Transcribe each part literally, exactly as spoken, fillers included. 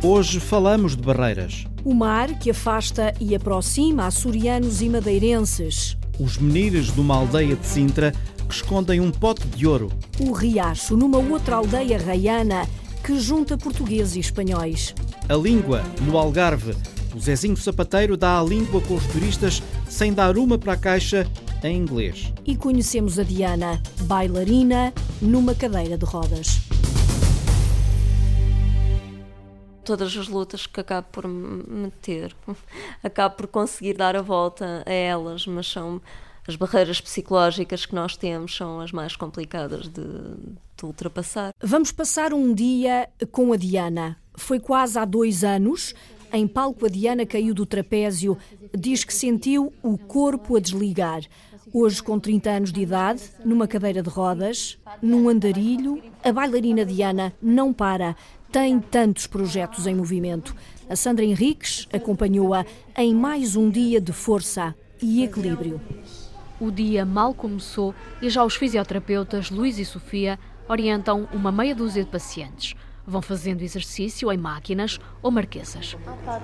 Hoje falamos de barreiras. O mar que afasta e aproxima açorianos e madeirenses. Os menires de uma aldeia de Sintra que escondem um pote de ouro. O riacho numa outra aldeia raiana que junta portugueses e espanhóis. A língua no Algarve. O Zezinho Sapateiro dá a língua com os turistas sem dar uma para a caixa em inglês. E conhecemos a Diana, bailarina numa cadeira de rodas. Todas as lutas que acabo por meter, acabo por conseguir dar a volta a elas, mas são as barreiras psicológicas que nós temos são as mais complicadas de, de ultrapassar. Vamos passar um dia com a Diana. Foi quase há dois anos. Em palco a Diana caiu do trapézio. Diz que sentiu o corpo a desligar. Hoje, com trinta anos de idade, numa cadeira de rodas, num andarilho, a bailarina Diana não para. Tem tantos projetos em movimento. A Sandra Henriques acompanhou-a em mais um dia de força e equilíbrio. O dia mal começou e já os fisioterapeutas Luís e Sofia orientam uma meia dúzia de pacientes. Vão fazendo exercício em máquinas ou marquesas.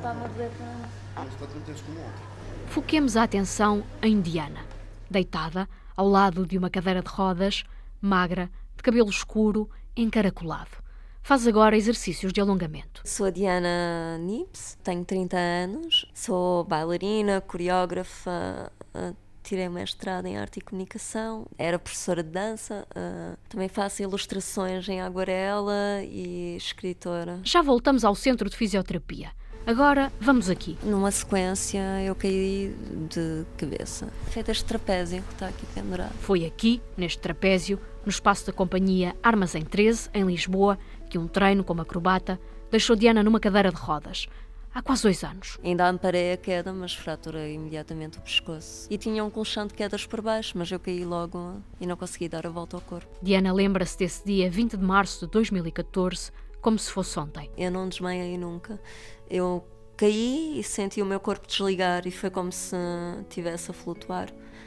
Foquemos a atenção em Diana, deitada ao lado de uma cadeira de rodas, magra, de cabelo escuro, encaracolado. Faz agora exercícios de alongamento. Sou a Diana Nips, tenho trinta anos, sou bailarina, coreógrafa, tirei mestrado em arte e comunicação, era professora de dança, também faço ilustrações em aguarela e escritora. Já voltamos ao centro de fisioterapia. Agora vamos aqui. Numa sequência eu caí de cabeça. Feito este trapézio que está aqui pendurado. Foi aqui, neste trapézio, no espaço da companhia Armazém treze, em Lisboa, que um treino como acrobata deixou Diana numa cadeira de rodas. Há quase dois anos. Ainda amparei a queda, mas fraturei imediatamente o pescoço. E tinha um colchão de quedas por baixo, mas eu caí logo e não consegui dar a volta ao corpo. Diana lembra-se desse dia vinte de março de dois mil e catorze como se fosse ontem. Eu não desmaiei nunca. Eu caí e senti o meu corpo desligar e foi como se estivesse a flutuar.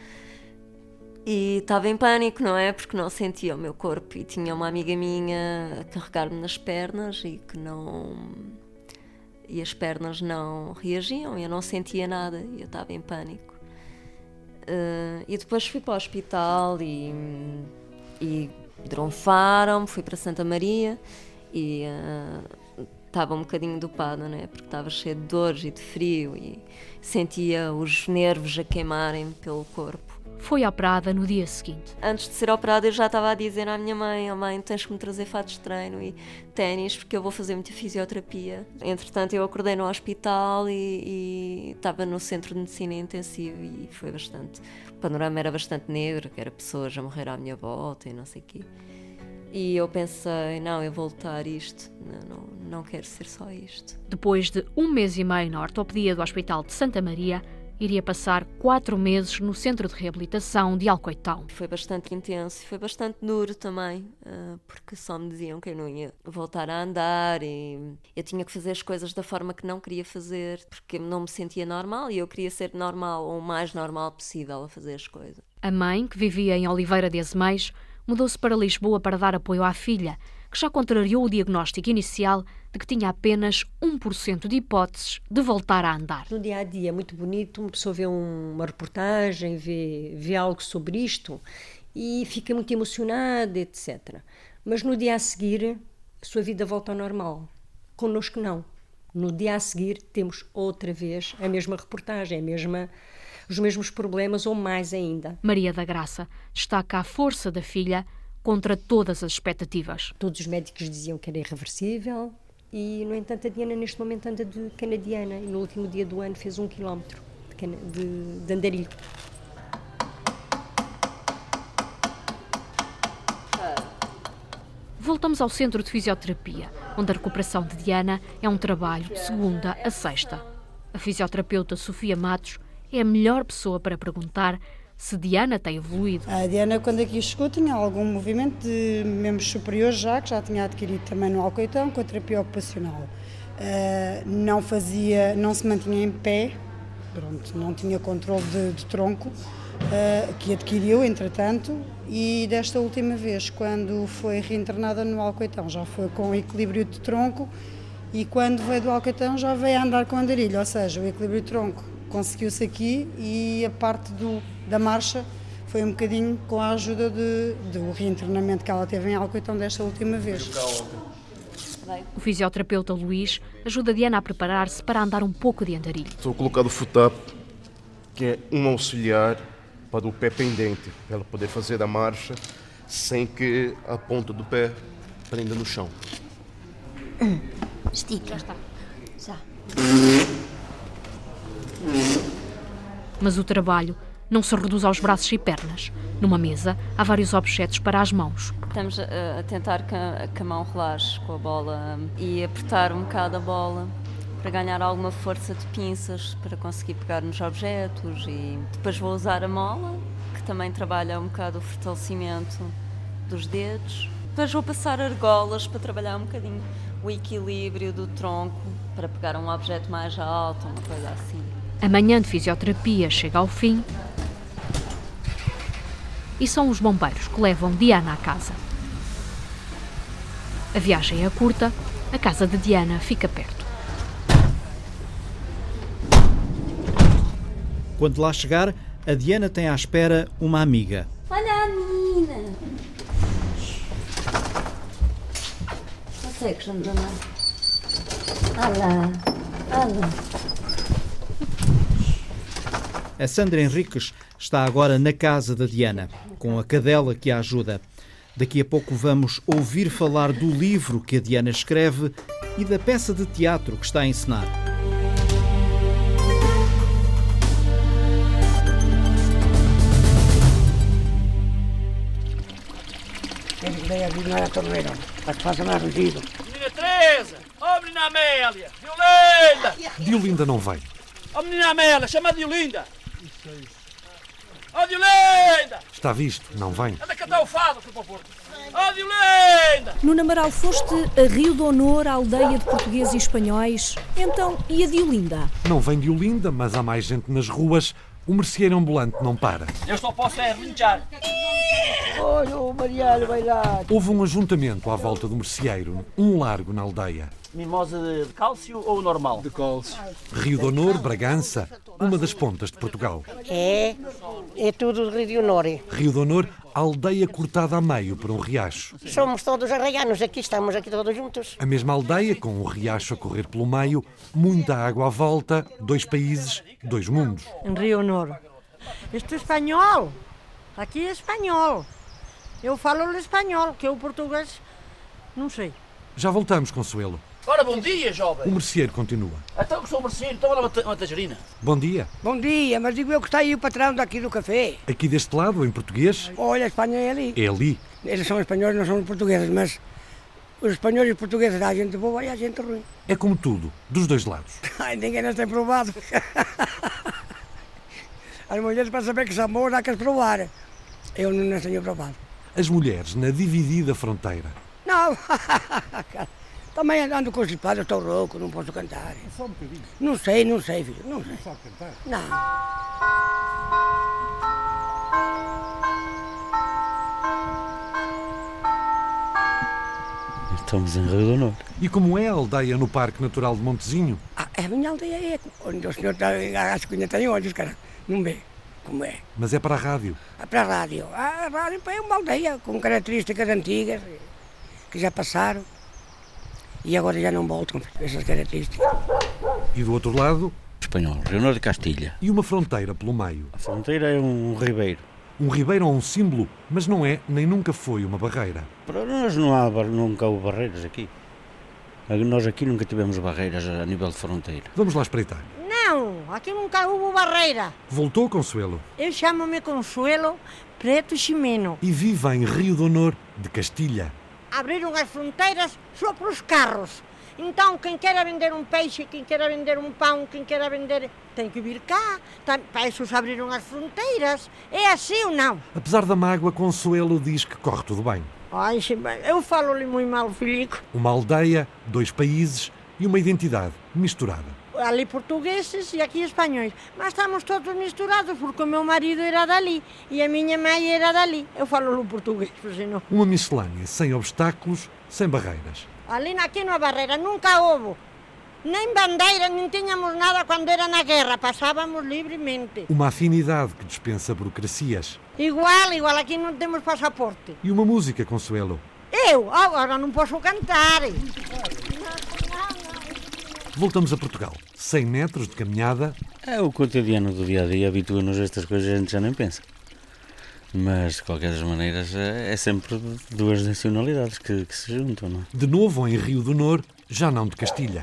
E estava em pânico, não é? Porque não sentia o meu corpo e tinha uma amiga minha a carregar-me nas pernas e que não... E as pernas não reagiam, eu não sentia nada e eu estava em pânico. Uh, e depois fui para o hospital e, e dronfaram-me, fui para Santa Maria e uh, estava um bocadinho dopada, não é? Porque estava cheia de dores e de frio e sentia os nervos a queimarem pelo corpo. Foi operada no dia seguinte. Antes de ser operada eu já estava a dizer à minha mãe: oh mãe, tens que me trazer fatos de treino e ténis porque eu vou fazer muita fisioterapia. Entretanto eu acordei no hospital e, e estava no centro de medicina intensiva e foi bastante... O panorama era bastante negro, que era pessoas a morrer à minha volta e não sei o quê. E eu pensei, não, eu vou lutar isto, não, não, não quero ser só isto. Depois de um mês e meio na ortopedia do Hospital de Santa Maria, iria passar quatro meses no Centro de Reabilitação de Alcoitão. Foi bastante intenso e foi bastante duro também, porque só me diziam que eu não ia voltar a andar e eu tinha que fazer as coisas da forma que não queria fazer, porque não me sentia normal e eu queria ser normal ou o mais normal possível a fazer as coisas. A mãe, que vivia em Oliveira de Azeméis, mudou-se para Lisboa para dar apoio à filha, que já contrariou o diagnóstico inicial de que tinha apenas um por cento de hipóteses de voltar a andar. No dia a dia é muito bonito, uma pessoa vê um, uma reportagem, vê, vê algo sobre isto e fica muito emocionada, etcétera. Mas no dia a seguir a sua vida volta ao normal. Connosco não. No dia a seguir temos outra vez a mesma reportagem, a mesma... os mesmos problemas ou mais ainda. Maria da Graça destaca a força da filha contra todas as expectativas. Todos os médicos diziam que era irreversível e, no entanto, a Diana neste momento anda de canadiana e no último dia do ano fez um quilómetro de, cana- de, de andarilho. Voltamos ao Centro de Fisioterapia, onde a recuperação de Diana é um trabalho de segunda a sexta. A fisioterapeuta Sofia Matos é a melhor pessoa para perguntar se Diana tem evoluído. A Diana, quando aqui chegou, tinha algum movimento de membros superiores já, que já tinha adquirido também no Alcoitão, com a terapia ocupacional. Uh, não fazia, não se mantinha em pé, pronto, não tinha controle de, de tronco, uh, que adquiriu, entretanto, e desta última vez, quando foi reinternada no Alcoitão, já foi com equilíbrio de tronco e quando veio do Alcaitão já veio a andar com andarilho, ou seja, o equilíbrio tronco conseguiu-se aqui e a parte do, da marcha foi um bocadinho com a ajuda de, do reinternamento que ela teve em Alcaitão desta última vez. O fisioterapeuta Luís ajuda Diana a preparar-se para andar um pouco de andarilho. Estou a colocar o foot-up, que é um auxiliar para o pé pendente, para ela poder fazer a marcha sem que a ponta do pé prenda no chão. Estica. Já está. Já. Mas o trabalho não se reduz aos braços e pernas. Numa mesa há vários objetos para as mãos. Estamos a, a tentar que a, que a mão relaxe com a bola e apertar um bocado a bola para ganhar alguma força de pinças para conseguir pegar nos objetos, e depois vou usar a mola, que também trabalha um bocado o fortalecimento dos dedos. Depois vou passar argolas para trabalhar um bocadinho o equilíbrio do tronco, para pegar um objeto mais alto, uma coisa assim. A manhã de fisioterapia chega ao fim e são os bombeiros que levam Diana à casa. A viagem é curta, a casa de Diana fica perto. Quando lá chegar, a Diana tem à espera uma amiga. Olha a menina. Consegues andar? Olha, olha. A Sandra Henriques está agora na casa da Diana, com a cadela que a ajuda. Daqui a pouco vamos ouvir falar do livro que a Diana escreve e da peça de teatro que está a encenar. Veio a vir na torneira, mas passa mais rugido. Menina Teresa! Oh, menina Amélia! Diolinda! Diolinda não vem. Oh, menina Amélia, chama a Diolinda! Oh, Diolinda! Está visto, não vem. Anda cantar o fado, por favor. Oh, Diolinda! Nuno Amaral, foste a Rio de Honor, a aldeia de portugueses e espanhóis. Então, e a Diolinda? Não vem Diolinda, mas há mais gente nas ruas. O merceeiro ambulante não para. Eu só posso é relinchar. Olha, o Mariano vai lá. Houve um ajuntamento à volta do merceeiro, um largo na aldeia. Mimosa de cálcio ou normal? De cálcio. Rio de Honor, Bragança, uma das pontas de Portugal. É, é tudo de Rio de Honor. Rio de Honor, aldeia cortada a meio por um riacho. Somos todos arraianos aqui, estamos aqui todos juntos. A mesma aldeia, com um riacho a correr pelo meio, muita água à volta, dois países, dois mundos. Em Rio Honor. Isto é espanhol. Aqui é espanhol. Eu falo o espanhol, que o português não sei. Já voltamos, Consuelo. Ora, bom dia, jovem. O merceeiro continua. Então que sou merceeiro, então olha uma, uma tangerina. Bom dia. Bom dia, mas digo eu que está aí o patrão daqui do café. Aqui deste lado, em português? Olha, a Espanha é ali. É ali. Eles são espanhóis, não são portugueses, mas os espanhóis e os portugueses há gente boa e há gente ruim. É como tudo, dos dois lados. Ai, ninguém nos tem provado. As mulheres, para saber que são boas, há que as provar. Eu não as tenho provado. As mulheres na dividida fronteira. Não, também ando constipado, estou rouco, não posso cantar. Só um bocadinho. Não sei, não sei, filho, não sei. Não sabe cantar? Não. Estamos em Rio de Honor. E como é a aldeia no Parque Natural de Montezinho? Ah, a minha aldeia é onde o senhor está, acho que ainda tem olhos, cara, não vê como é. Mas é para a rádio. É para a rádio. A rádio é uma aldeia com características antigas que já passaram e agora já não voltam essas características. E do outro lado? Espanhol, Rio Honor de Castilha. E uma fronteira pelo meio. A fronteira é um ribeiro. Um ribeiro ou um símbolo, mas não é nem nunca foi uma barreira. Para nós não há, nunca houve barreiras aqui. Nós aqui nunca tivemos barreiras a nível de fronteira. Vamos lá espreitar. Não, aqui nunca houve barreira. Voltou, Consuelo? Eu chamo-me Consuelo Preto Ximeno. E vive em Rio de Honor de Castilha. Abriram as fronteiras só para os carros. Então, quem queira vender um peixe, quem queira vender um pão, quem queira vender... tem que vir cá. Para isso se abriram as fronteiras. É assim ou não? Apesar da mágoa, Consuelo diz que corre tudo bem. Ai, eu falo-lhe muito mal, filhico. Uma aldeia, dois países e uma identidade misturada. Ali portugueses e aqui espanhóis. Mas estamos todos misturados porque o meu marido era dali e a minha mãe era dali. Eu falo-lhe português, por senão. Uma miscelânea sem obstáculos, sem barreiras. Ali aqui na Barreira nunca houve nem bandeira, nem tínhamos nada quando era na guerra, passávamos livremente. Uma afinidade que dispensa burocracias. Igual, igual, aqui não temos passaporte. E uma música, Consuelo? Eu? Agora não posso cantar. Voltamos a Portugal. cem metros de caminhada. É o cotidiano do dia-a-dia, habitua-nos a estas coisas, a gente já nem pensa. Mas, de qualquer das maneiras, é sempre duas nacionalidades que, que se juntam, não é? De novo em Rio do Nor, já não de Castilha.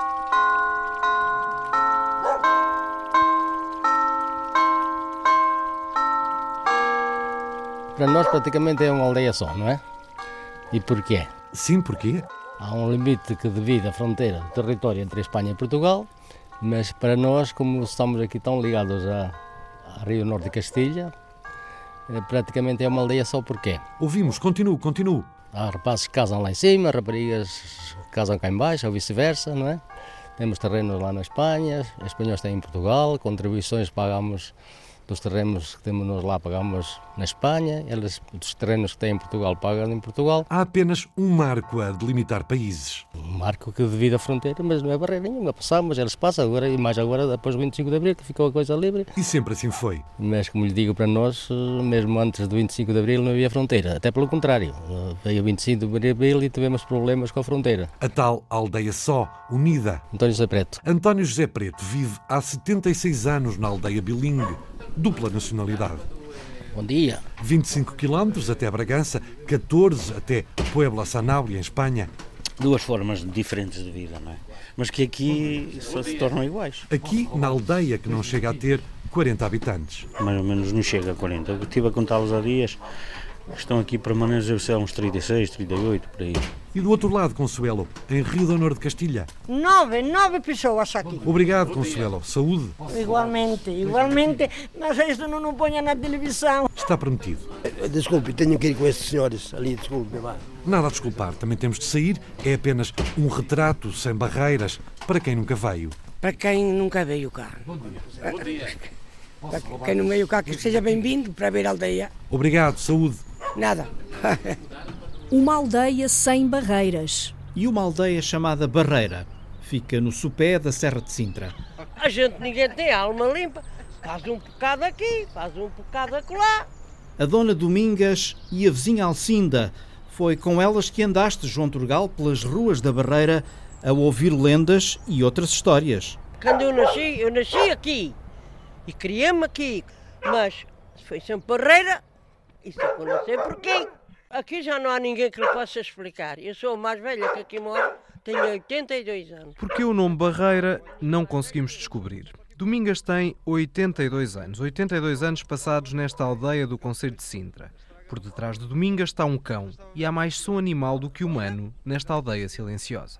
Para nós praticamente é uma aldeia só, não é? E porquê? Sim, porquê? Há um limite que divide a fronteira do território entre a Espanha e Portugal, mas para nós, como estamos aqui tão ligados a, a Rio Norte de Castilha, praticamente é uma aldeia só. Porquê? Ouvimos, continuo, continuo. Há rapazes que casam lá em cima, raparigas que casam cá em baixo, ou vice-versa, não é? Temos terrenos lá na Espanha, os espanhóis têm em Portugal, contribuições pagamos dos terrenos que temos nós lá, pagamos na Espanha, eles, dos terrenos que têm em Portugal, pagam em Portugal. Há apenas um marco a delimitar países. Um marco que divide a fronteira, mas não é barreira nenhuma. Passamos, eles passam agora, e mais agora, depois do vinte e cinco de Abril, que ficou a coisa livre. E sempre assim foi. Mas, como lhe digo, para nós, mesmo antes do vinte e cinco de Abril não havia fronteira. Até pelo contrário, veio o vinte e cinco de Abril e tivemos problemas com a fronteira. A tal aldeia só, unida. António José Preto. António José Preto vive há setenta e seis anos na aldeia bilingue. Dupla nacionalidade. Bom dia. vinte e cinco quilómetros até Bragança, catorze até Puebla Sanabria, em Espanha. Duas formas diferentes de vida, não é? Mas que aqui só se tornam iguais. Aqui, na aldeia que não chega a ter quarenta habitantes. Mais ou menos não chega a quarenta. Eu estive a contá-los há dias. Estão aqui permanentes, deve ser uns trinta e seis, trinta e oito, por aí. E do outro lado, Consuelo, em Rio do Nor de Castilha? Nove, nove pessoas aqui. Obrigado, Consuelo. Saúde. Igualmente, igualmente. Mas isto não nos ponha na televisão. Está prometido. Desculpe, tenho que ir com estes senhores ali, desculpe. Vá. Nada a desculpar, também temos de sair. É apenas um retrato sem barreiras para quem nunca veio. Para quem nunca veio cá. Bom dia. Bom dia. Para quem não veio cá, que seja bem-vindo para ver a aldeia. Obrigado, saúde. Nada. Uma aldeia sem barreiras. E uma aldeia chamada Barreira. Fica no sopé da Serra de Sintra. A gente, ninguém tem alma limpa. Faz um bocado aqui, faz um bocado acolá. A dona Domingas e a vizinha Alcinda. Foi com elas que andaste, João Turgal, pelas ruas da Barreira a ouvir lendas e outras histórias. Quando eu nasci, eu nasci aqui. E criei-me aqui. Mas foi sempre Barreira. Isso eu não sei porquê. Aqui já não há ninguém que lhe possa explicar. Eu sou a mais velha que aqui moro, tenho oitenta e dois anos. Porque o nome Barreira não conseguimos descobrir. Domingas tem oitenta e dois anos. oitenta e dois anos passados nesta aldeia do concelho de Sintra. Por detrás de Domingas está um cão. E há mais som animal do que humano nesta aldeia silenciosa.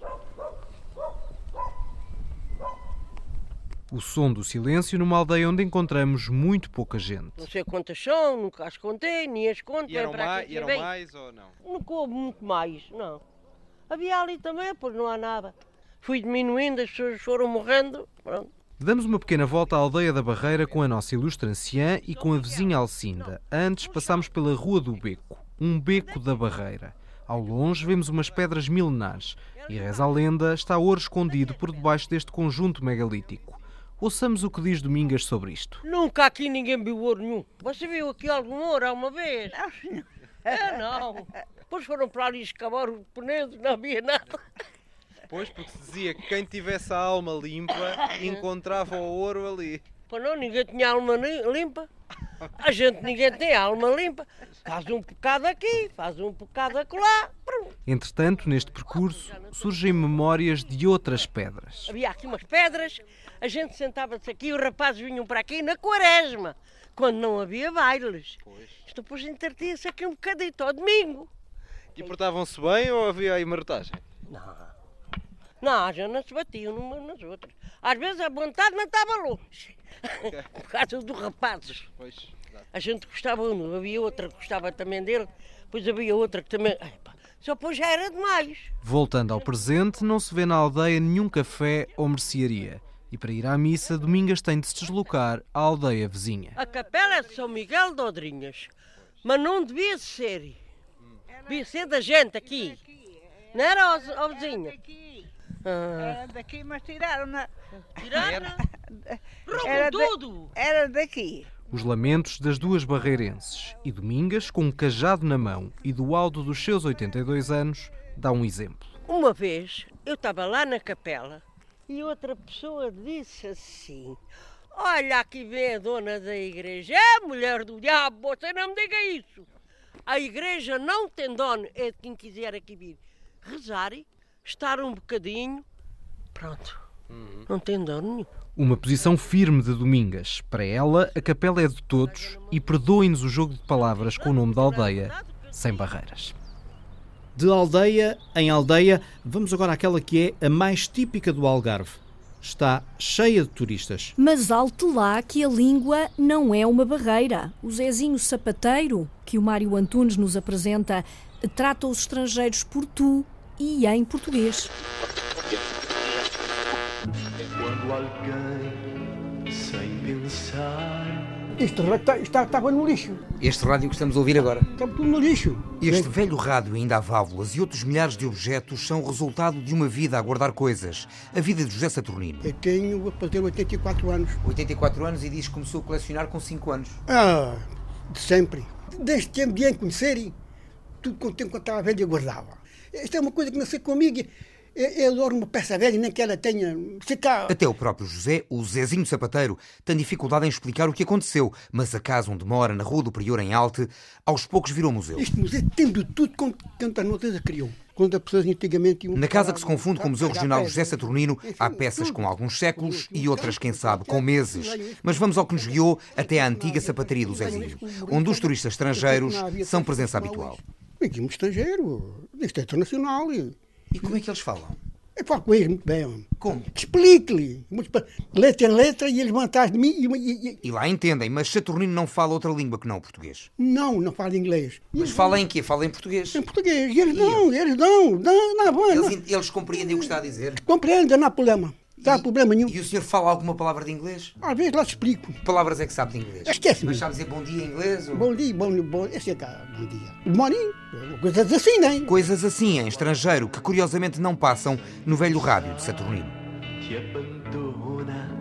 O som do silêncio numa aldeia onde encontramos muito pouca gente. Não sei quantas são, nunca as contei, nem as conto. E eram, mais, e eram mais ou não? Nunca houve muito mais, não. Havia ali também, pois não há nada. Fui diminuindo, as pessoas foram morrendo, pronto. Damos uma pequena volta à aldeia da Barreira com a nossa ilustre anciã e com a vizinha Alcinda. Antes passámos pela Rua do Beco, um beco da Barreira. Ao longe vemos umas pedras milenares e, reza a lenda, está ouro escondido por debaixo deste conjunto megalítico. Ouçamos o que diz Domingas sobre isto. Nunca aqui ninguém viu ouro nenhum. Você viu aqui algum ouro alguma vez? Não, senhor. É, não. Depois foram para ali escavar o ponente, não havia nada. Pois, porque se dizia que quem tivesse a alma limpa encontrava o ouro ali. Pois não, ninguém tinha alma limpa. A gente, ninguém tem alma limpa. Faz um bocado aqui, faz um bocado acolá. Entretanto, neste percurso, surgem memórias de outras pedras. Havia aqui umas pedras, a gente sentava-se aqui, os rapazes vinham para aqui na quaresma, quando não havia bailes. Pois. Isto depois entretia-se aqui um bocadito ao domingo. E portavam-se bem ou havia aí marotagem? Não. Não, já não se batiam umas nas outras. Às vezes a vontade não estava longe. Okay. Por causa dos rapazes. Pois, a gente gostava um, havia outra que gostava também dele, depois havia outra que também... Epa, só depois já era demais. Voltando ao presente, não se vê na aldeia nenhum café ou mercearia. E para ir à missa, Domingas tem de se deslocar à aldeia vizinha. A capela é de São Miguel de Odrinhas, mas não devia ser. Devia ser da gente aqui. Não era, ó vizinha? Era daqui, mas tiraram-na. Tiraram? Era tudo! Era daqui. Os lamentos das duas barreirenses. E Domingas, com um cajado na mão e do alto dos seus oitenta e dois anos, dá um exemplo. Uma vez eu estava lá na capela e outra pessoa disse assim: olha, aqui vem a dona da igreja. É, mulher do diabo, você não me diga isso. A igreja não tem dono, é de quem quiser aqui vir rezar, estar um bocadinho. Pronto, uhum. Não tem dono nenhum. Uma posição firme de Domingas. Para ela, a capela é de todos e perdoem-nos o jogo de palavras com o nome da aldeia, sem barreiras. De aldeia em aldeia, vamos agora àquela que é a mais típica do Algarve. Está cheia de turistas. Mas alte lá que a língua não é uma barreira. O Zezinho Sapateiro, que o Mário Antunes nos apresenta, trata os estrangeiros por tu e em português. Quando alguém, sem pensar... Este rádio está, estava no lixo. Este rádio que estamos a ouvir agora. Está tudo no lixo. Este velho rádio ainda há válvulas e outros milhares de objetos são resultado de uma vida a guardar coisas. A vida de José Saturnino. Eu tenho a fazer oitenta e quatro anos. oitenta e quatro anos e diz que começou a colecionar com cinco anos. Ah, de sempre. Desde tempo de me conhecerem, tudo quanto tempo que eu estava velho eu guardava. Isto é uma coisa que nasceu comigo. Eu adoro uma peça velha, nem que ela tenha... Cá... Até o próprio José, o Zezinho Sapateiro, tem dificuldade em explicar o que aconteceu, mas a casa onde mora, na Rua do Prior, em Alte, aos poucos virou museu. Este museu tem de tudo quanto a nobreza criou. Quando as pessoas antigamente... Na casa que se confunde com o Museu Regional José Saturnino, há peças com alguns séculos e outras, quem sabe, com meses. Mas vamos ao que nos guiou até à antiga sapataria do Zezinho, onde os turistas estrangeiros são presença habitual. Aqui um estrangeiro, isto é internacional. E como é que eles falam? Eu falo com eles muito bem. Como? Explique-lhe. Letra em letra e eles vão atrás de mim. E, e... e lá entendem, mas Saturnino não fala outra língua que não o português. Não, não fala inglês. Mas eles... fala em quê? Fala em português? Em português. E eles não, e eles não. não, não, não eles, não. Eles compreendem o que está a dizer? Compreendem, não há problema. Não há problema nenhum. E o senhor fala alguma palavra de inglês? Às vezes lá te explico. Que palavras é que sabe de inglês? Esquece-me. Mas sabe dizer bom dia em inglês? Ou... Bom dia, bom, bom, esse é cá, bom dia. Good morning. Coisas assim, não é? Coisas assim em estrangeiro que curiosamente não passam no velho rádio de Saturnino. Te abandona.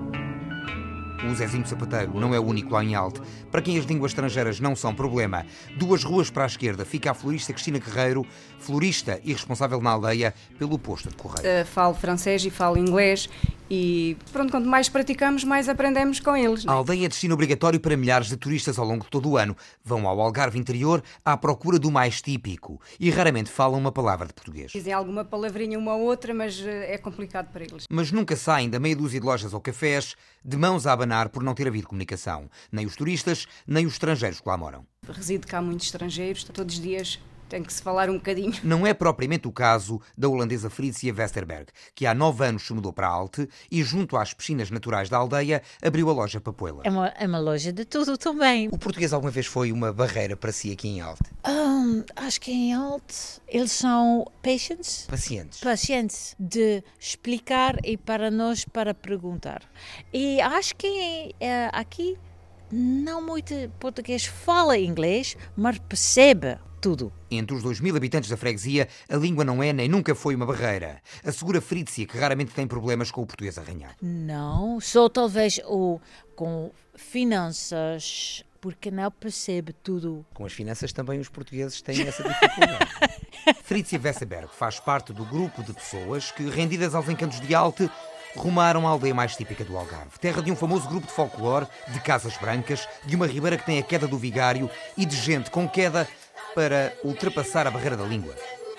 O Zezinho Sapateiro não é o único lá em Alte. Para quem as línguas estrangeiras não são problema, duas ruas para a esquerda fica a florista Cristina Guerreiro, florista e responsável na aldeia pelo posto de correio. Uh, falo francês e falo inglês e, pronto, quanto mais praticamos, mais aprendemos com eles. A aldeia é destino obrigatório para milhares de turistas ao longo de todo o ano. Vão ao Algarve interior à procura do mais típico e raramente falam uma palavra de português. Dizem alguma palavrinha uma ou outra, mas uh, é complicado para eles. Mas nunca saem da meia dúzia de lojas ou cafés de mãos a abanar por não ter havido comunicação. Nem os turistas, nem os estrangeiros que lá moram. Reside cá muitos estrangeiros, todos os dias tem que se falar um bocadinho. Não é propriamente o caso da holandesa Fritzia Westerberg, que há nove anos se mudou para Alte e, junto às piscinas naturais da aldeia, abriu a loja Papoela. É uma, é uma loja de tudo também. O português alguma vez foi uma barreira para si aqui em Alte? Um, acho que em Alte eles são patients. Pacientes. Pacientes de explicar e para nós para perguntar. E acho que é, aqui não muito português fala inglês, mas percebe tudo. Entre os dois mil habitantes da freguesia, a língua não é nem nunca foi uma barreira. Assegura Fritzia que raramente tem problemas com o português arranhado. Não, só talvez o, com finanças, porque não percebe tudo. Com as finanças também os portugueses têm essa dificuldade. Fritzia Westerberg faz parte do grupo de pessoas que, rendidas aos encantos de Alte, rumaram à aldeia mais típica do Algarve, terra de um famoso grupo de folclore, de casas brancas, de uma ribeira que tem a queda do vigário e de gente com queda para ultrapassar a barreira da língua.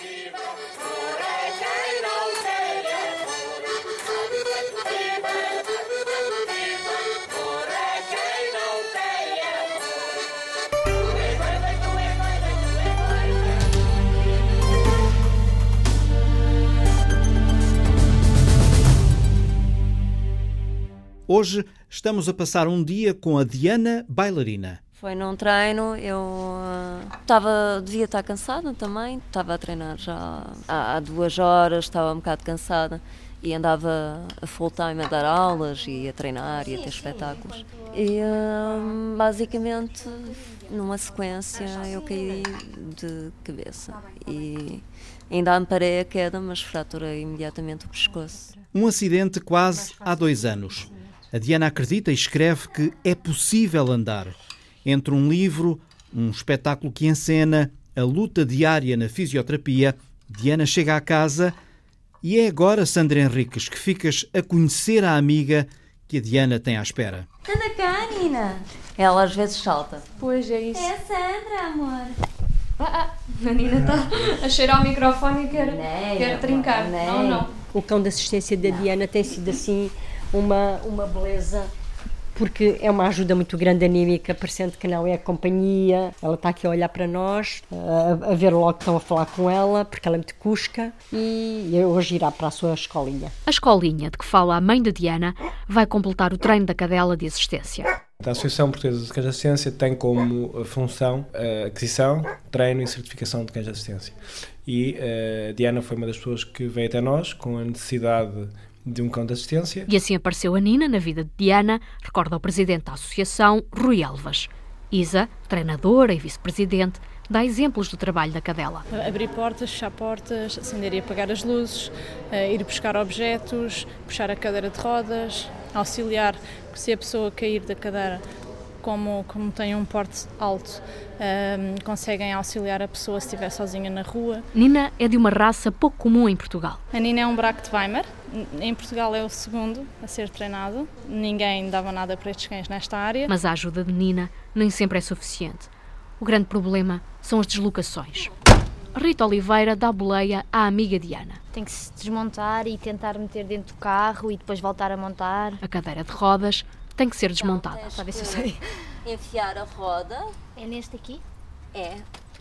Hoje estamos a passar um dia com a Diana Bailarina. Foi num treino, eu estava, uh, devia estar cansada também, estava a treinar já há, há duas horas, estava um bocado cansada e andava a full time a dar aulas e a treinar e a ter espetáculos. E hum, basicamente, numa sequência, eu caí de cabeça e ainda amparei a queda, mas fraturei imediatamente o pescoço. Um acidente quase há dois anos. A Diana acredita e escreve que é possível andar. Entre um livro, um espetáculo que encena a luta diária na fisioterapia, Diana chega à casa e é agora, Sandra Henriques, que ficas a conhecer a amiga que a Diana tem à espera. Anda cá, Nina. Ela às vezes salta. Pois é isso. É a Sandra, amor. Ah, ah, a Nina está a cheirar o microfone e quer, Não, quer trincar. Não, Não, não. O cão de assistência da Diana tem sido assim uma, uma beleza, porque é uma ajuda muito grande anímica, parecendo que não é a companhia. Ela está aqui a olhar para nós, a, a ver logo que estão a falar com ela, porque ela é muito cusca, e hoje irá para a sua escolinha. A escolinha de que fala a mãe de Diana vai completar o treino da cadela de assistência. A Associação Portuguesa de Cães de Assistência tem como função a aquisição, treino e certificação de cães de assistência. E a Diana foi uma das pessoas que veio até nós com a necessidade de um cão de assistência. E assim apareceu a Nina na vida de Diana, recorda o presidente da associação, Rui Elvas. Isa, treinadora e vice-presidente, dá exemplos do trabalho da cadela. Abrir portas, fechar portas, acender e apagar as luzes, ir buscar objetos, puxar a cadeira de rodas, auxiliar, se a pessoa cair da cadeira, como, como tem um porte alto, um, conseguem auxiliar a pessoa se estiver sozinha na rua. Nina é de uma raça pouco comum em Portugal. A Nina é um Bractweimer. Em Portugal é o segundo a ser treinado. Ninguém dava nada para estes cães nesta área. Mas a ajuda de Nina nem sempre é suficiente. O grande problema são as deslocações. Rita Oliveira dá boleia à amiga Diana. Tem que se desmontar e tentar meter dentro do carro e depois voltar a montar. A cadeira de rodas tem que ser desmontada. Para ver se eu sei. Enfiar a roda. É neste aqui? É.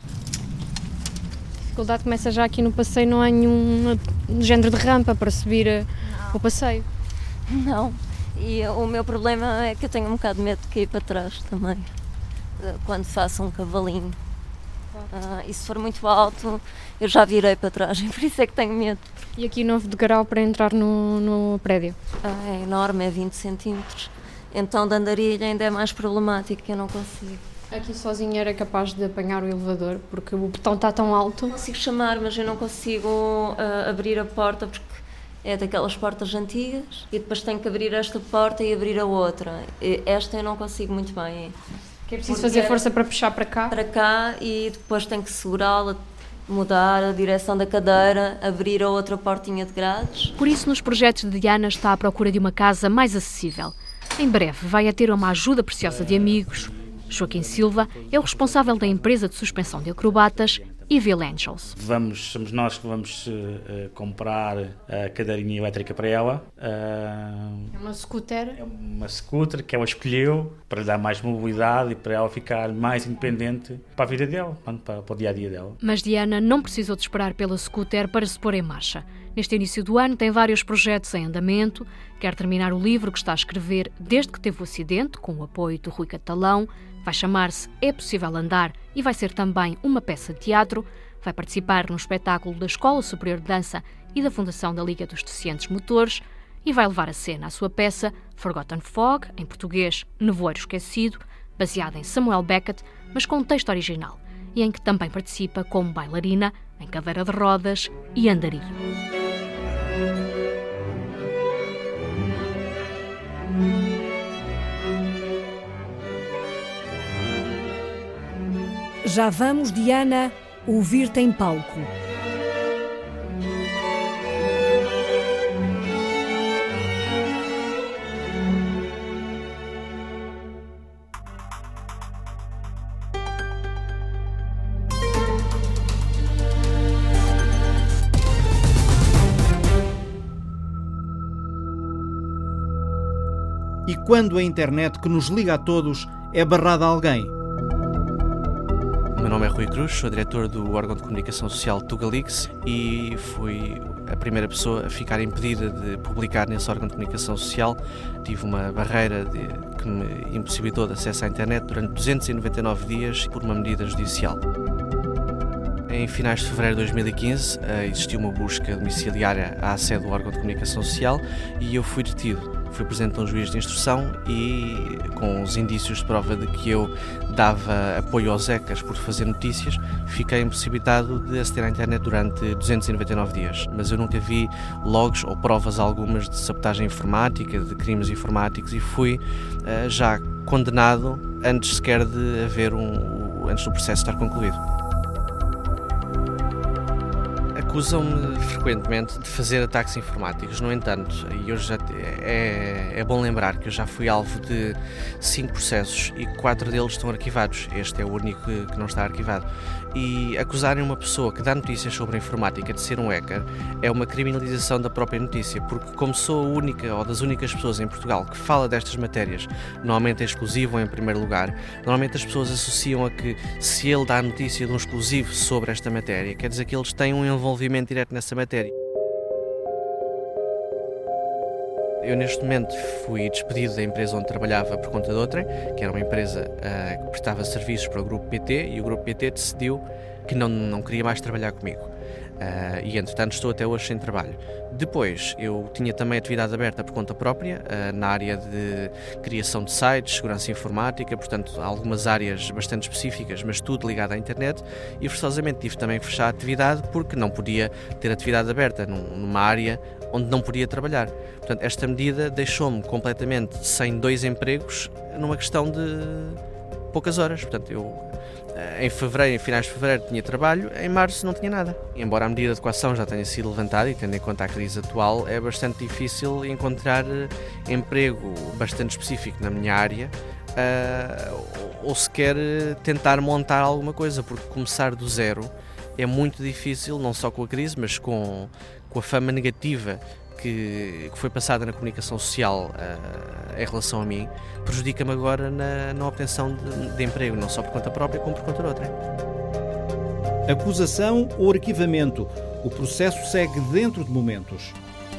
A dificuldade começa já aqui no passeio, não há nenhum género de rampa para subir o passeio. Não. E o meu problema é que eu tenho um bocado de medo de cair para trás também, quando faço um cavalinho. Uh, e se for muito alto, eu já virei para trás, e por isso é que tenho medo. E aqui novo degrau para entrar no, no prédio? Uh, é enorme, é vinte centímetros. Então de andarilha ainda é mais problemático, que eu não consigo. Aqui sozinha era capaz de apanhar o elevador, porque o botão está tão alto. Eu consigo chamar, mas eu não consigo uh, abrir a porta, porque é daquelas portas antigas, e depois tenho que abrir esta porta e abrir a outra. E esta eu não consigo muito bem. Que é preciso fazer força para puxar para cá? Para cá, e depois tenho que segurá-la, mudar a direção da cadeira, abrir a outra portinha de grades. Por isso, nos projetos de Diana está à procura de uma casa mais acessível. Em breve vai a ter uma ajuda preciosa de amigos. Joaquim Silva é o responsável da empresa de suspensão de acrobatas Evil Angels. Vamos, somos nós que vamos uh, comprar a cadeirinha elétrica para ela. Uh, é uma scooter? É uma scooter que ela escolheu para lhe dar mais mobilidade e para ela ficar mais independente para a vida dela, para, para o dia-a-dia dela. Mas Diana não precisou de esperar pela scooter para se pôr em marcha. Neste início do ano tem vários projetos em andamento, quer terminar o livro que está a escrever desde que teve o acidente, com o apoio do Rui Catalão, vai chamar-se É Possível Andar e vai ser também uma peça de teatro, vai participar no espetáculo da Escola Superior de Dança e da Fundação da Liga dos Deficientes Motores e vai levar a cena a sua peça Forgotten Fog, em português Nevoeiro Esquecido, baseada em Samuel Beckett, mas com um texto original, e em que também participa como bailarina, em cadeira de rodas e andarilho. Já vamos, Diana, ouvir-te em palco. E quando a internet que nos liga a todos é barrada a alguém? O meu nome é Rui Cruz, sou diretor do órgão de comunicação social Tugalix e fui a primeira pessoa a ficar impedida de publicar nesse órgão de comunicação social. Tive uma barreira de, que me impossibilitou de acesso à internet durante duzentos e noventa e nove dias por uma medida judicial. Em finais de fevereiro de dois mil e quinze, existiu uma busca domiciliária à sede do órgão de comunicação social e eu fui detido. Fui presente a um juiz de instrução e, com os indícios de prova de que eu dava apoio aos ECAs por fazer notícias, fiquei impossibilitado de aceder à internet durante duzentos e noventa e nove dias. Mas eu nunca vi logs ou provas algumas de sabotagem informática, de crimes informáticos, e fui uh, já condenado antes sequer de haver um, antes do processo estar concluído. Acusam-me frequentemente de fazer ataques informáticos. No entanto, e eu já, é, é bom lembrar que eu já fui alvo de cinco processos e quatro deles estão arquivados. Este é o único que, que não está arquivado. E acusarem uma pessoa que dá notícias sobre a informática de ser um hacker é uma criminalização da própria notícia, porque como sou a única ou das únicas pessoas em Portugal que fala destas matérias, normalmente é exclusivo ou em primeiro lugar, normalmente as pessoas associam a que se ele dá a notícia de um exclusivo sobre esta matéria, quer dizer que eles têm um envolvimento direto nessa matéria. Eu neste momento fui despedido da empresa onde trabalhava por conta de outrem, que era uma empresa uh, que prestava serviços para o Grupo P T, e o Grupo P T decidiu que não, não queria mais trabalhar comigo. Uh, e entretanto estou até hoje sem trabalho. Depois eu tinha também atividade aberta por conta própria, uh, na área de criação de sites, segurança informática, portanto algumas áreas bastante específicas, mas tudo ligado à internet, e forçosamente tive também que fechar a atividade porque não podia ter atividade aberta num, numa área onde não podia trabalhar. Portanto, esta medida deixou-me completamente sem dois empregos numa questão de poucas horas. Portanto, eu em fevereiro, em finais de fevereiro tinha trabalho, em março não tinha nada. Embora a medida de coação já tenha sido levantada e tendo em conta a crise atual, é bastante difícil encontrar emprego bastante específico na minha área, uh, ou sequer tentar montar alguma coisa, porque começar do zero é muito difícil, não só com a crise, mas com, com a fama negativa que, que foi passada na comunicação social uh, em relação a mim, prejudica-me agora na, na obtenção de, de emprego, não só por conta própria, como por conta de outra. Acusação ou arquivamento? O processo segue dentro de momentos.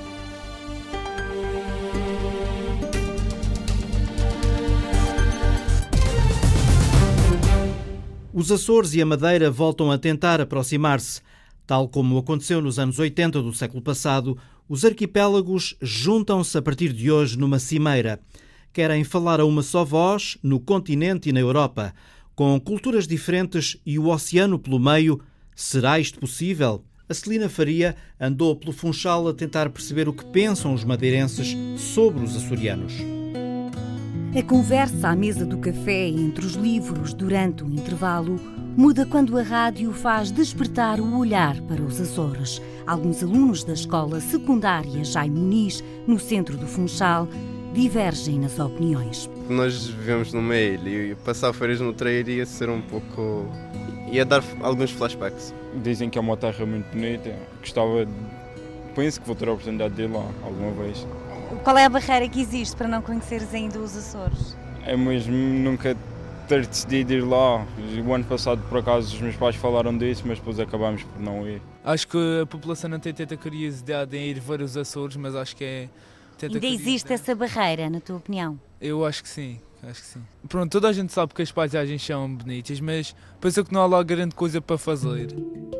Os Açores e a Madeira voltam a tentar aproximar-se. Tal como aconteceu nos anos oitenta do século passado, os arquipélagos juntam-se a partir de hoje numa cimeira. Querem falar a uma só voz no continente e na Europa. Com culturas diferentes e o oceano pelo meio, será isto possível? A Celina Faria andou pelo Funchal a tentar perceber o que pensam os madeirenses sobre os açorianos. A conversa à mesa do café entre os livros durante o intervalo muda quando a rádio faz despertar o olhar para os Açores. Alguns alunos da escola secundária Jaime Muniz, no centro do Funchal, divergem nas opiniões. Nós vivemos numa ilha e passar férias no Trair ia ser um pouco... ia dar alguns flashbacks. Dizem que é uma terra muito bonita, gostava, penso que vou ter a oportunidade de ir lá alguma vez. Qual é a barreira que existe para não conheceres ainda os Açores? É mesmo nunca ter decidido ir lá. O ano passado, por acaso, os meus pais falaram disso, mas depois acabámos por não ir. Acho que a população não tem tanta curiosidade em ir ver os Açores, mas acho que é... Ainda existe essa barreira, na tua opinião? Eu acho que sim, acho que sim. Pronto, toda a gente sabe que as paisagens são bonitas, mas penso que não há lá grande coisa para fazer.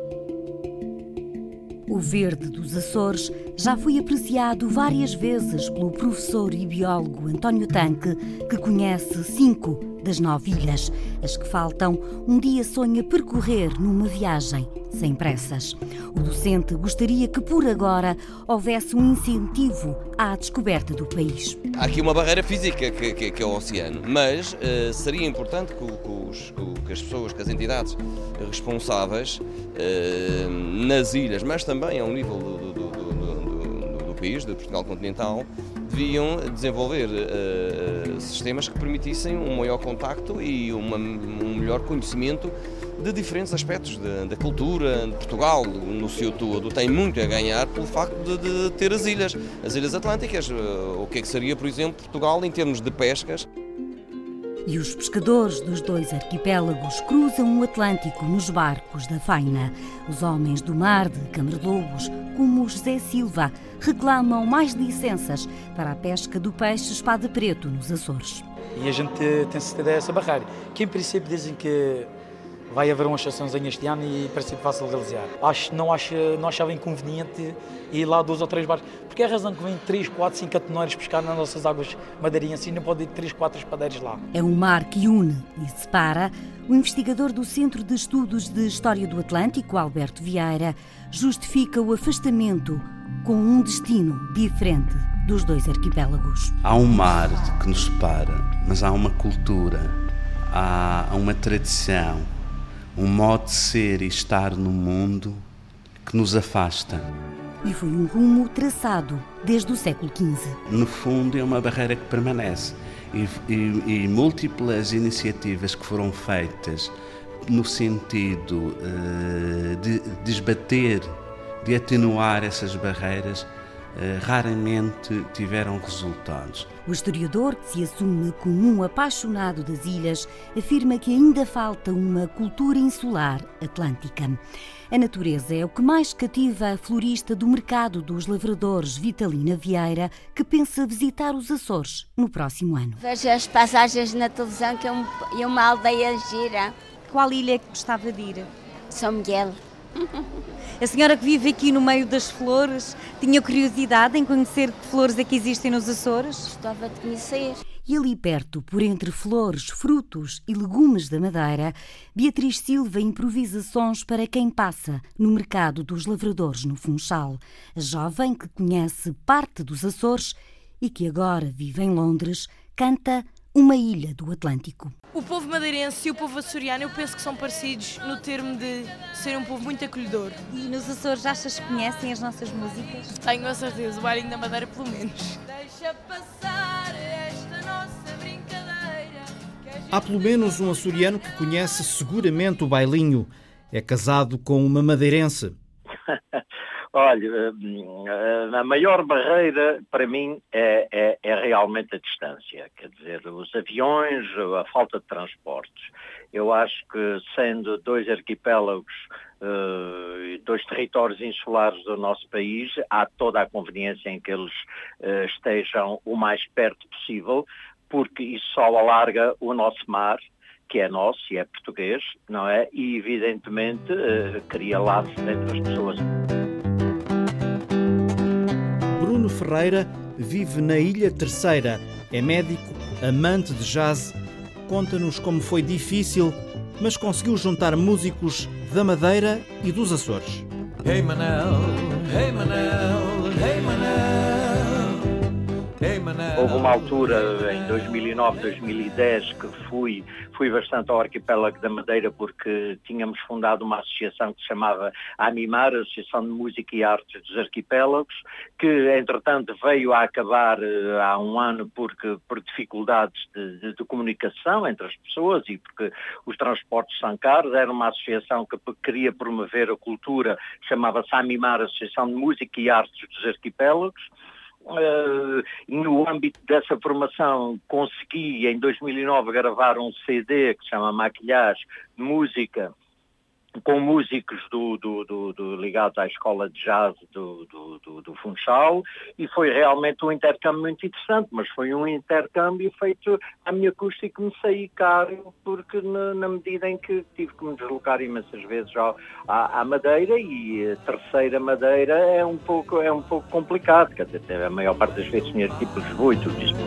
O verde dos Açores já foi apreciado várias vezes pelo professor e biólogo António Tanque, que conhece cinco das nove ilhas. As que faltam, um dia sonha percorrer numa viagem sem pressas. O docente gostaria que, por agora, houvesse um incentivo à descoberta do país. Há aqui uma barreira física que, que, que é o oceano, mas uh, seria importante que, que, os, que as pessoas, que as entidades responsáveis uh, nas ilhas, mas também ao nível do, do, do, do, do, do país, de Portugal continental, deviam desenvolver uh, sistemas que permitissem um maior contacto e uma, um melhor conhecimento de diferentes aspectos da cultura de Portugal. No seu todo tem muito a ganhar pelo facto de, de ter as ilhas, as ilhas atlânticas. O que é que seria, por exemplo, Portugal em termos de pescas? E os pescadores dos dois arquipélagos cruzam o Atlântico nos barcos da faina. Os homens do mar de Camarlobos, como José Silva, reclamam mais licenças para a pesca do peixe espada preto nos Açores. E a gente tem-se dessa barreira, que em princípio dizem que vai haver umas estações este ano e parece fácil de realizar. Acho, não, acho, não achava inconveniente ir lá dois ou três barcos, porque é a razão que vem três, quatro, cinco catenórios pescar nas nossas águas madeirenhas e não pode ir três, quatro espadeiros lá. É um mar que une e separa. O investigador do Centro de Estudos de História do Atlântico, Alberto Vieira, justifica o afastamento com um destino diferente dos dois arquipélagos. Há um mar que nos separa, mas há uma cultura, há uma tradição, um modo de ser e estar no mundo que nos afasta. E foi um rumo traçado desde o século quinze. No fundo, é uma barreira que permanece e, e, e múltiplas iniciativas que foram feitas no sentido uh, de desbater, de atenuar essas barreiras, uh, raramente tiveram resultados. O historiador, que se assume como um apaixonado das ilhas, afirma que ainda falta uma cultura insular atlântica. A natureza é o que mais cativa a florista do Mercado dos Lavradores, Vitalina Vieira, que pensa visitar os Açores no próximo ano. Vejo as paisagens na televisão, que é, um, é uma aldeia gira. Qual ilha é que gostava de ir? São Miguel. A senhora que vive aqui no meio das flores, tinha curiosidade em conhecer que flores é que existem nos Açores? Gostava de conhecer. E ali perto, por entre flores, frutos e legumes da Madeira, Beatriz Silva improvisa sons para quem passa no Mercado dos Lavradores, no Funchal. A jovem que conhece parte dos Açores e que agora vive em Londres, canta Uma Ilha do Atlântico. O povo madeirense e o povo açoriano eu penso que são parecidos no termo de ser um povo muito acolhedor. E nos Açores achas que conhecem as nossas músicas? Tenho a certeza, o bailinho da Madeira pelo menos. Deixa passar esta nossa brincadeira. Há pelo menos um açoriano que conhece seguramente o bailinho. É casado com uma madeirense. Olha, a maior barreira para mim é, é, é realmente a distância, quer dizer, os aviões, a falta de transportes. Eu acho que sendo dois arquipélagos e uh, dois territórios insulares do nosso país, há toda a conveniência em que eles uh, estejam o mais perto possível, porque isso só alarga o nosso mar, que é nosso e é português, não é? E evidentemente uh, cria laços entre as pessoas. Bruno Ferreira vive na Ilha Terceira. É médico, amante de jazz. Conta-nos como foi difícil, mas conseguiu juntar músicos da Madeira e dos Açores. Hey Manel, hey Manel, hey Manel, hey Manel. Houve uma altura, em dois mil e nove, dois mil e dez, que fui, fui bastante ao arquipélago da Madeira porque tínhamos fundado uma associação que se chamava AMIMAR, Associação de Música e Artes dos Arquipélagos, que entretanto veio a acabar uh, há um ano porque, por dificuldades de, de, de comunicação entre as pessoas e porque os transportes são caros. Era uma associação que queria promover a cultura, chamava-se AMIMAR, Associação de Música e Artes dos Arquipélagos. Uh, no âmbito dessa formação consegui em dois mil e nove gravar um C D que se chama Maquilhagem, música, com músicos do, do, do, do, ligados à escola de jazz do, do, do, do Funchal, e foi realmente um intercâmbio muito interessante, mas foi um intercâmbio feito à minha custa e que me saí caro, porque na, na medida em que tive que me deslocar imensas vezes ao, à, à Madeira, e a terceira Madeira é um pouco, é um pouco complicado, quer dizer, a maior parte das vezes tinha tipo Lisboa e tudo isso.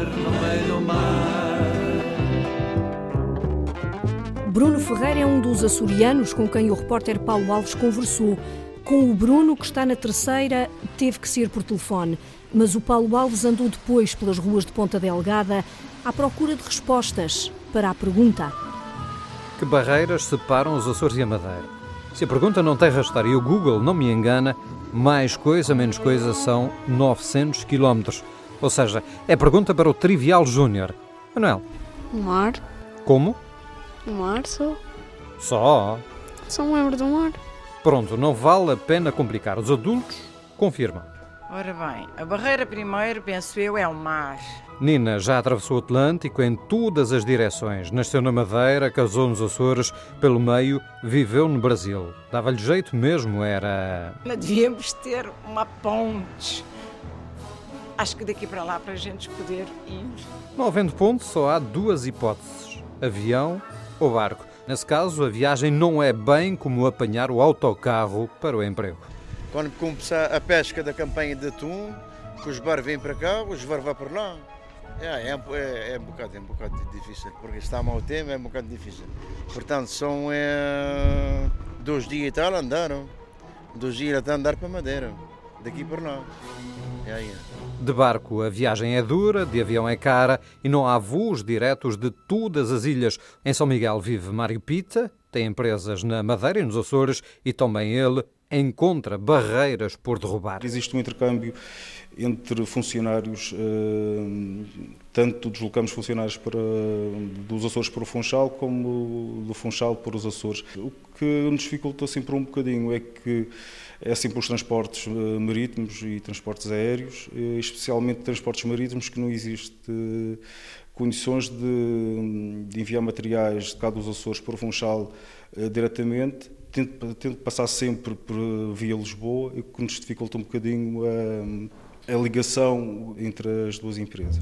Bruno Ferreira é um dos açorianos com quem o repórter Paulo Alves conversou. Com o Bruno, que está na Terceira, teve que ser por telefone. Mas o Paulo Alves andou depois pelas ruas de Ponta Delgada à procura de respostas para a pergunta. Que barreiras separam os Açores e a Madeira? Se a pergunta não tem rasteiro e o Google não me engana, mais coisa, menos coisa são novecentos quilómetros. Ou seja, é pergunta para o Trivial Júnior. Manuel. O mar. Como? O mar só. Só? Só me lembro do mar. Pronto, não vale a pena complicar. Os adultos confirmam. Ora bem, a barreira primeiro, penso eu, é o mar. Nina já atravessou o Atlântico em todas as direções. Nasceu na Madeira, casou nos Açores, pelo meio viveu no Brasil. Dava-lhe jeito mesmo, era... Devíamos ter uma ponte. Acho que daqui para lá para a gente poder ir. Não havendo ponte, só há duas hipóteses. Avião ou barco. Nesse caso, a viagem não é bem como apanhar o autocarro para o emprego. Quando começar a pesca da campanha de atum, que os barcos vêm para cá, os barcos vão para lá. É, é, é, é, um bocado, é um bocado difícil, porque está mau tempo, é um bocado difícil. Portanto, são é, dois dias e tal andaram, dois dias até andar para Madeira, daqui para lá. É, é. De barco a viagem é dura, de avião é cara e não há voos diretos de todas as ilhas. Em São Miguel vive Mário Pita, tem empresas na Madeira e nos Açores e também ele encontra barreiras por derrubar. Existe um intercâmbio entre funcionários, tanto deslocamos funcionários para, dos Açores para o Funchal, como do Funchal para os Açores. O que nos dificulta sempre um bocadinho é que é sempre os transportes marítimos e transportes aéreos, especialmente transportes marítimos, que não existe condições de, de enviar materiais de cá dos Açores para o Funchal diretamente, tendo que passar sempre por via Lisboa, o que nos dificulta um bocadinho a, a ligação entre as duas empresas.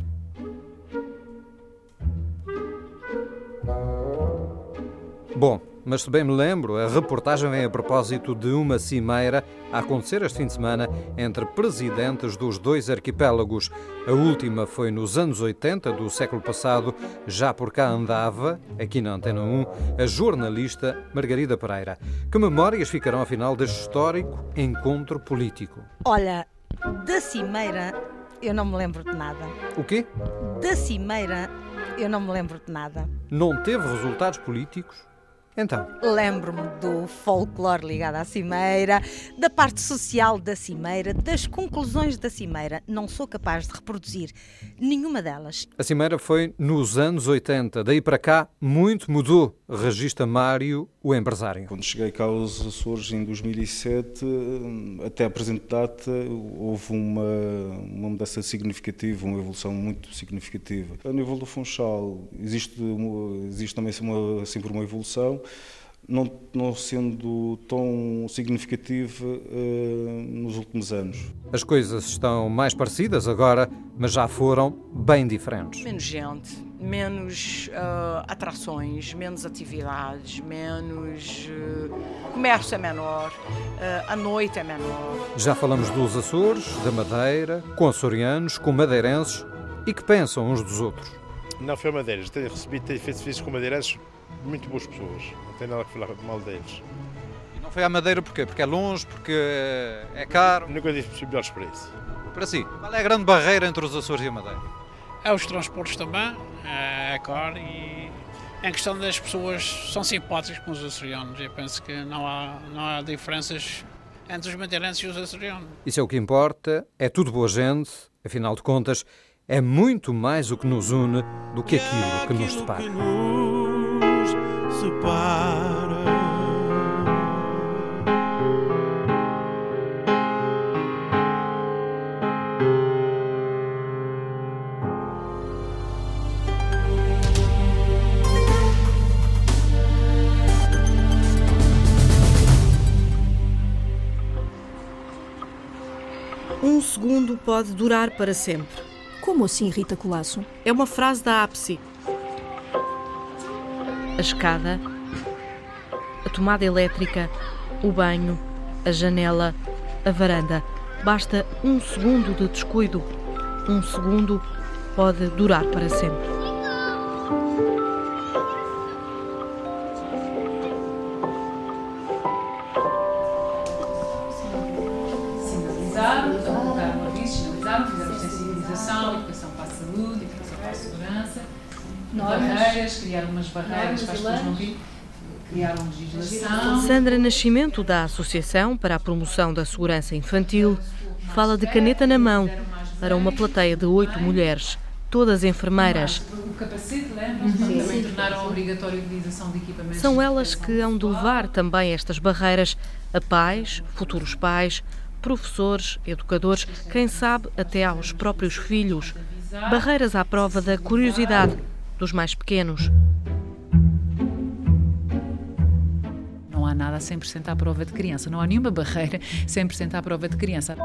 Bom, mas se bem me lembro, a reportagem vem a propósito de uma cimeira a acontecer este fim de semana entre presidentes dos dois arquipélagos. A última foi nos anos oitenta do século passado. Já por cá andava, aqui na Antena um, a jornalista Margarida Pereira. Que memórias ficarão, afinal, deste histórico encontro político? Olha, da cimeira eu não me lembro de nada. O quê? Da cimeira eu não me lembro de nada. Não teve resultados políticos? Então? Lembro-me do folclore ligado à cimeira, da parte social da cimeira, das conclusões da cimeira. Não sou capaz de reproduzir nenhuma delas. A cimeira foi nos anos oitenta. Daí para cá, muito mudou, registra Mário, o empresário. Quando cheguei cá aos Açores em dois mil e sete, até a presente data, houve uma, uma mudança significativa, uma evolução muito significativa. A nível do Funchal, existe, existe também uma, sempre uma evolução, Não, não sendo tão significativa uh, nos últimos anos. As coisas estão mais parecidas agora, mas já foram bem diferentes. Menos gente, menos uh, atrações, menos atividades, menos... Uh, comércio é menor, uh, a noite é menor. Já falamos dos Açores, da Madeira, com açorianos, com madeirenses e que pensam uns dos outros. Não foi Madeiras, tenho recebido, tenho feito serviços com madeirenses, muito boas pessoas, não tem nada a falar mal deles. E não foi à Madeira porquê? Porque é longe, porque é caro? Nunca disse melhores preços. Para si, qual é a grande barreira entre os Açores e a Madeira? É os transportes também, é caro e em questão das pessoas são simpáticas com os açorianos. Eu penso que não há, não há diferenças entre os madeirenses e os açorianos. Isso é o que importa, é tudo boa gente, afinal de contas, é muito mais o que nos une do que aquilo que nos separa. Um segundo pode durar para sempre. Como assim, Rita Colasso? É uma frase da A P S I. A escada, a tomada elétrica, o banho, a janela, a varanda. Basta um segundo de descuido. Um segundo pode durar para sempre. Sinalizaram, colocaram um aviso, sinalizaram, fizeram sensibilização, educação para a saúde, educação para a segurança, barreiras, criaram umas barreiras para as pessoas não virem, criaram legislação. Sandra Nascimento, da Associação para a Promoção da Segurança Infantil, fala de caneta na mão para uma plateia de oito mulheres, todas enfermeiras. O capacete, lembram-se? Também tornaram obrigatório a utilização de equipamentos. São elas que hão de levar também estas barreiras a pais, futuros pais, professores, educadores, quem sabe até aos próprios filhos. Barreiras à prova da curiosidade dos mais pequenos. Não há nada cem por cento à prova de criança, não há nenhuma barreira cem por cento à prova de criança.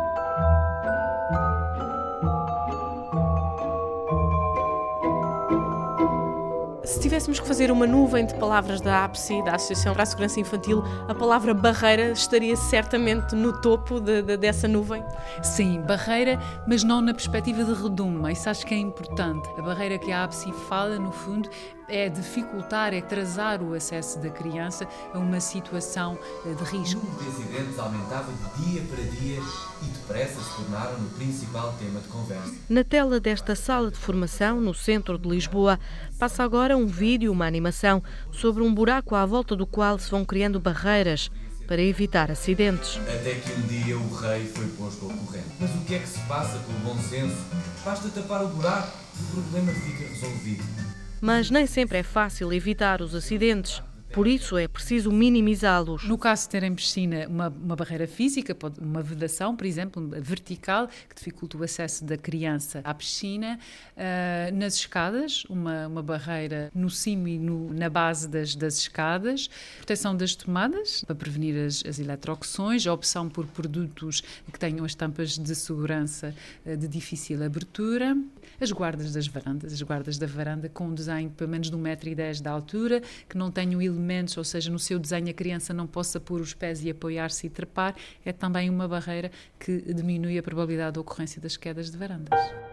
Se tivéssemos que fazer uma nuvem de palavras da A P S I, da Associação para a Segurança Infantil, a palavra barreira estaria certamente no topo de, de, dessa nuvem? Sim, barreira, mas não na perspectiva de redoma. Isso acho que é importante. A barreira que a A P S I fala, no fundo, é dificultar, é atrasar o acesso da criança a uma situação de risco. O número de acidentes aumentava de dia para dia e depressa se tornaram o principal tema de conversa. Na tela desta sala de formação, no centro de Lisboa, passa agora um vídeo, uma animação, sobre um buraco à volta do qual se vão criando barreiras para evitar acidentes. Até que um dia o rei foi posto ao corrente. Mas o que é que se passa com o bom senso? Basta tapar o buraco e o problema fica resolvido. Mas nem sempre é fácil evitar os acidentes. Por isso é preciso minimizá-los. No caso de ter em piscina uma, uma barreira física, uma vedação, por exemplo, vertical, que dificulta o acesso da criança à piscina, uh, nas escadas, uma, uma barreira no cimo e no, na base das, das escadas, proteção das tomadas, para prevenir as, as eletrocuções, a opção por produtos que tenham as tampas de segurança uh, de difícil abertura, as guardas das varandas, as guardas da varanda com um desenho de pelo menos de um metro e dez de altura, que não tenham elementos, ou seja, no seu desenho a criança não possa pôr os pés e apoiar-se e trepar, é também uma barreira que diminui a probabilidade de ocorrência das quedas de varandas.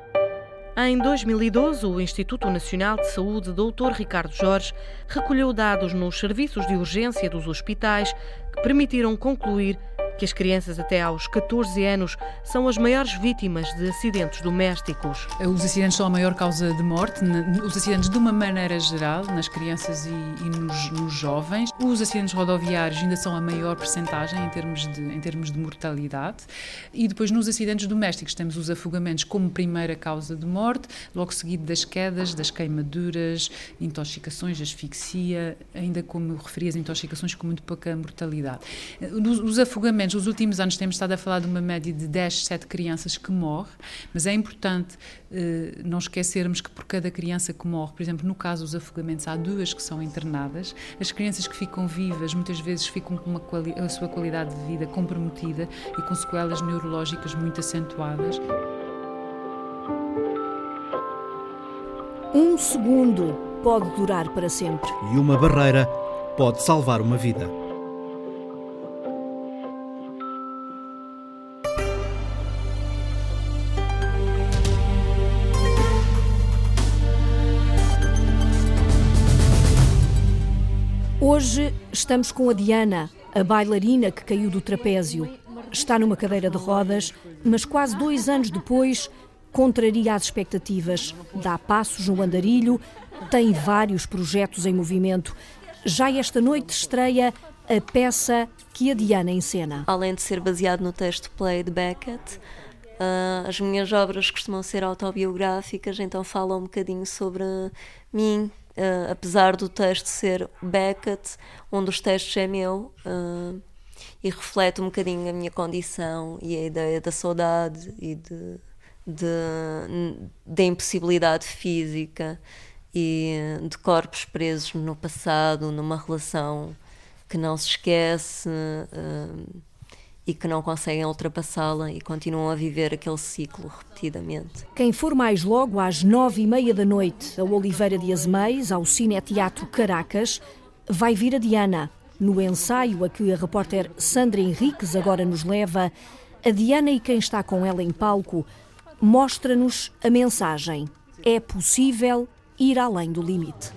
Em dois mil e doze, o Instituto Nacional de Saúde, doutor Ricardo Jorge, recolheu dados nos serviços de urgência dos hospitais que permitiram concluir que as crianças até aos catorze anos são as maiores vítimas de acidentes domésticos. Os acidentes são a maior causa de morte, os acidentes de uma maneira geral, nas crianças e, e nos, nos jovens. Os acidentes rodoviários ainda são a maior percentagem em termos, de, em termos de mortalidade. E depois nos acidentes domésticos temos os afogamentos como primeira causa de morte, logo seguido das quedas, das queimaduras, intoxicações, asfixia, ainda como referi, as intoxicações com muito pouca mortalidade. Os, os afogamentos, nos últimos anos temos estado a falar de uma média de dez, sete crianças que morrem, mas é importante eh, não esquecermos que por cada criança que morre, por exemplo, no caso dos afogamentos, há duas que são internadas. As crianças que ficam vivas muitas vezes ficam com uma quali- a sua qualidade de vida comprometida e com sequelas neurológicas muito acentuadas. Um segundo pode durar para sempre. E uma barreira pode salvar uma vida. Hoje estamos com a Diana, a bailarina que caiu do trapézio. Está numa cadeira de rodas, mas quase dois anos depois contraria as expectativas. Dá passos no andarilho, tem vários projetos em movimento. Já esta noite estreia a peça que a Diana encena. Além de ser baseado no texto Play de Beckett, uh, as minhas obras costumam ser autobiográficas, então falam um bocadinho sobre mim. Uh, apesar do texto ser Beckett, um dos textos é meu, uh, e reflete um bocadinho a minha condição e a ideia da saudade e de, de, de impossibilidade física e de corpos presos no passado, numa relação que não se esquece uh, e que não conseguem ultrapassá-la e continuam a viver aquele ciclo repetidamente. Quem for mais logo às nove e meia da noite a Oliveira de Azeméis, ao Cineteatro Caracas, vai vir a Diana. No ensaio a que a repórter Sandra Henriques agora nos leva, a Diana e quem está com ela em palco mostra-nos a mensagem: é possível ir além do limite.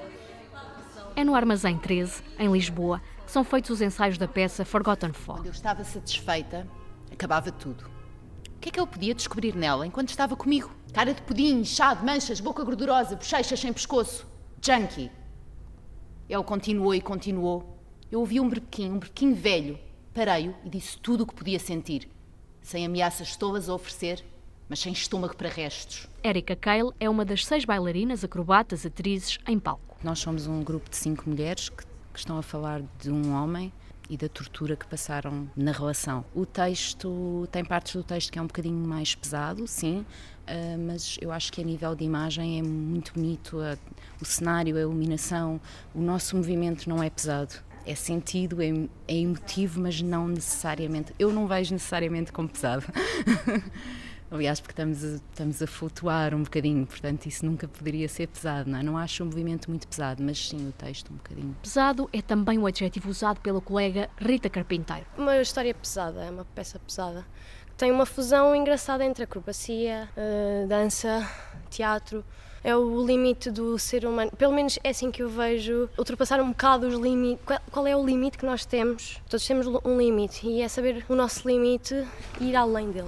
É no Armazém treze, em Lisboa, que são feitos os ensaios da peça Forgotten Fog. Quando eu estava satisfeita, acabava tudo. O que é que eu podia descobrir nela enquanto estava comigo? Cara de pudim, inchado, manchas, boca gordurosa, bochechas sem pescoço. Junkie. Ele continuou e continuou. Eu ouvi um berbequim, um berbequim velho. Parei-o e disse tudo o que podia sentir. Sem ameaças tolas a oferecer, mas sem estômago para restos. Erica Cale é uma das seis bailarinas, acrobatas, atrizes em palco. Nós somos um grupo de cinco mulheres que, que estão a falar de um homem e da tortura que passaram na relação. O texto, tem partes do texto que é um bocadinho mais pesado, sim, uh, mas eu acho que a nível de imagem é muito bonito, uh, o cenário, a iluminação, o nosso movimento não é pesado. É sentido, é, é emotivo, mas não necessariamente, eu não vejo necessariamente como pesado. Aliás, porque estamos a, estamos a flutuar um bocadinho, portanto isso nunca poderia ser pesado, não é? Não acho um movimento muito pesado, mas sim o texto um bocadinho. Pesado é também o adjetivo usado pela colega Rita Carpinteiro. Uma história pesada, é uma peça pesada. Tem uma fusão engraçada entre acrobacia, uh, dança, teatro. É o limite do ser humano, pelo menos é assim que eu vejo, ultrapassar um bocado os limites. Qual, qual é o limite que nós temos? Todos temos um limite e é saber o nosso limite e ir além dele.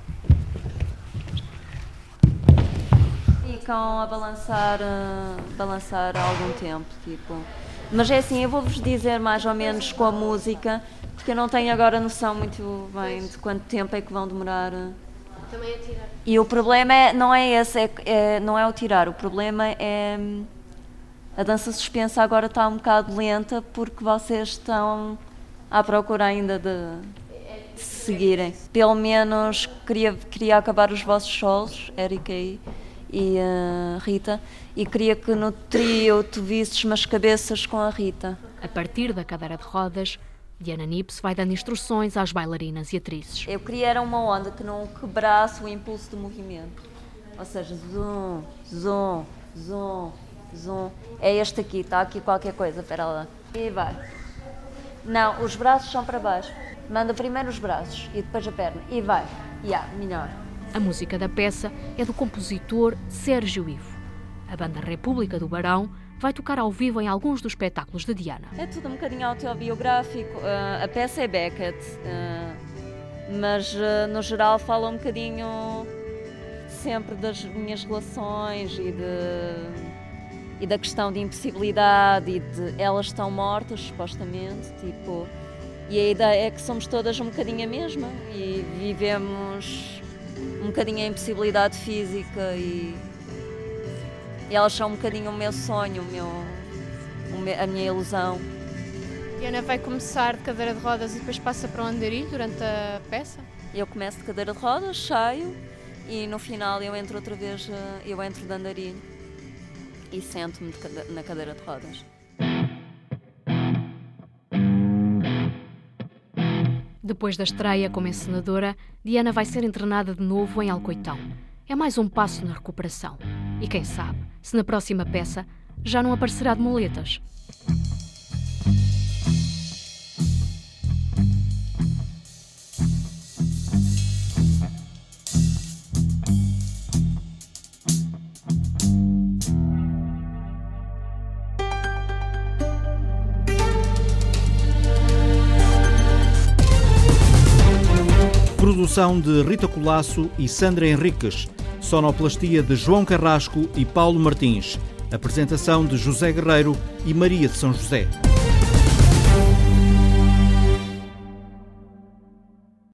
Ficam a balançar, uh, balançar há algum tempo, tipo. Mas é assim, eu vou-vos dizer mais ou menos com a música, porque eu não tenho agora noção muito bem de quanto tempo é que vão demorar. Uh, Também a tirar. E o problema é, não é esse, é, é, não é o tirar, o problema é a dança suspensa agora está um bocado lenta porque vocês estão à procura ainda de, de seguirem. Pelo menos queria, queria acabar os vossos solos, Érica e, e uh, Rita, e queria que no trio tu visses umas cabeças com a Rita. A partir da cadeira de rodas, Diana Nips vai dando instruções às bailarinas e atrizes. Eu queria era uma onda que não quebrasse o impulso do movimento. Ou seja, zoom, zoom, zoom, zoom. É este aqui, está aqui qualquer coisa, espera lá. E vai. Não, os braços são para baixo. Manda primeiro os braços e depois a perna. E vai. E yeah, melhor. A música da peça é do compositor Sérgio Ivo. A Banda República do Barão vai tocar ao vivo em alguns dos espetáculos de Diana. É tudo um bocadinho autobiográfico. Uh, a peça é Beckett, uh, mas uh, no geral fala um bocadinho sempre das minhas relações e, de, e da questão de impossibilidade e de elas estão mortas, supostamente, tipo, e a ideia é que somos todas um bocadinho a mesma e vivemos um bocadinho a impossibilidade física e E elas são um bocadinho o meu sonho, o meu, o meu, a minha ilusão. Diana vai começar de cadeira de rodas e depois passa para o andarilho durante a peça? Eu começo de cadeira de rodas, saio e no final eu entro outra vez, eu entro de andarilho e sento-me na cadeira de rodas. Depois da estreia como encenadora, Diana vai ser internada de novo em Alcoitão. É mais um passo na recuperação. E quem sabe, se na próxima peça já não aparecerá de muletas. Produção de Rita Colasso e Sandra Henriques. Sonoplastia de João Carrasco e Paulo Martins. Apresentação de José Guerreiro e Maria de São José.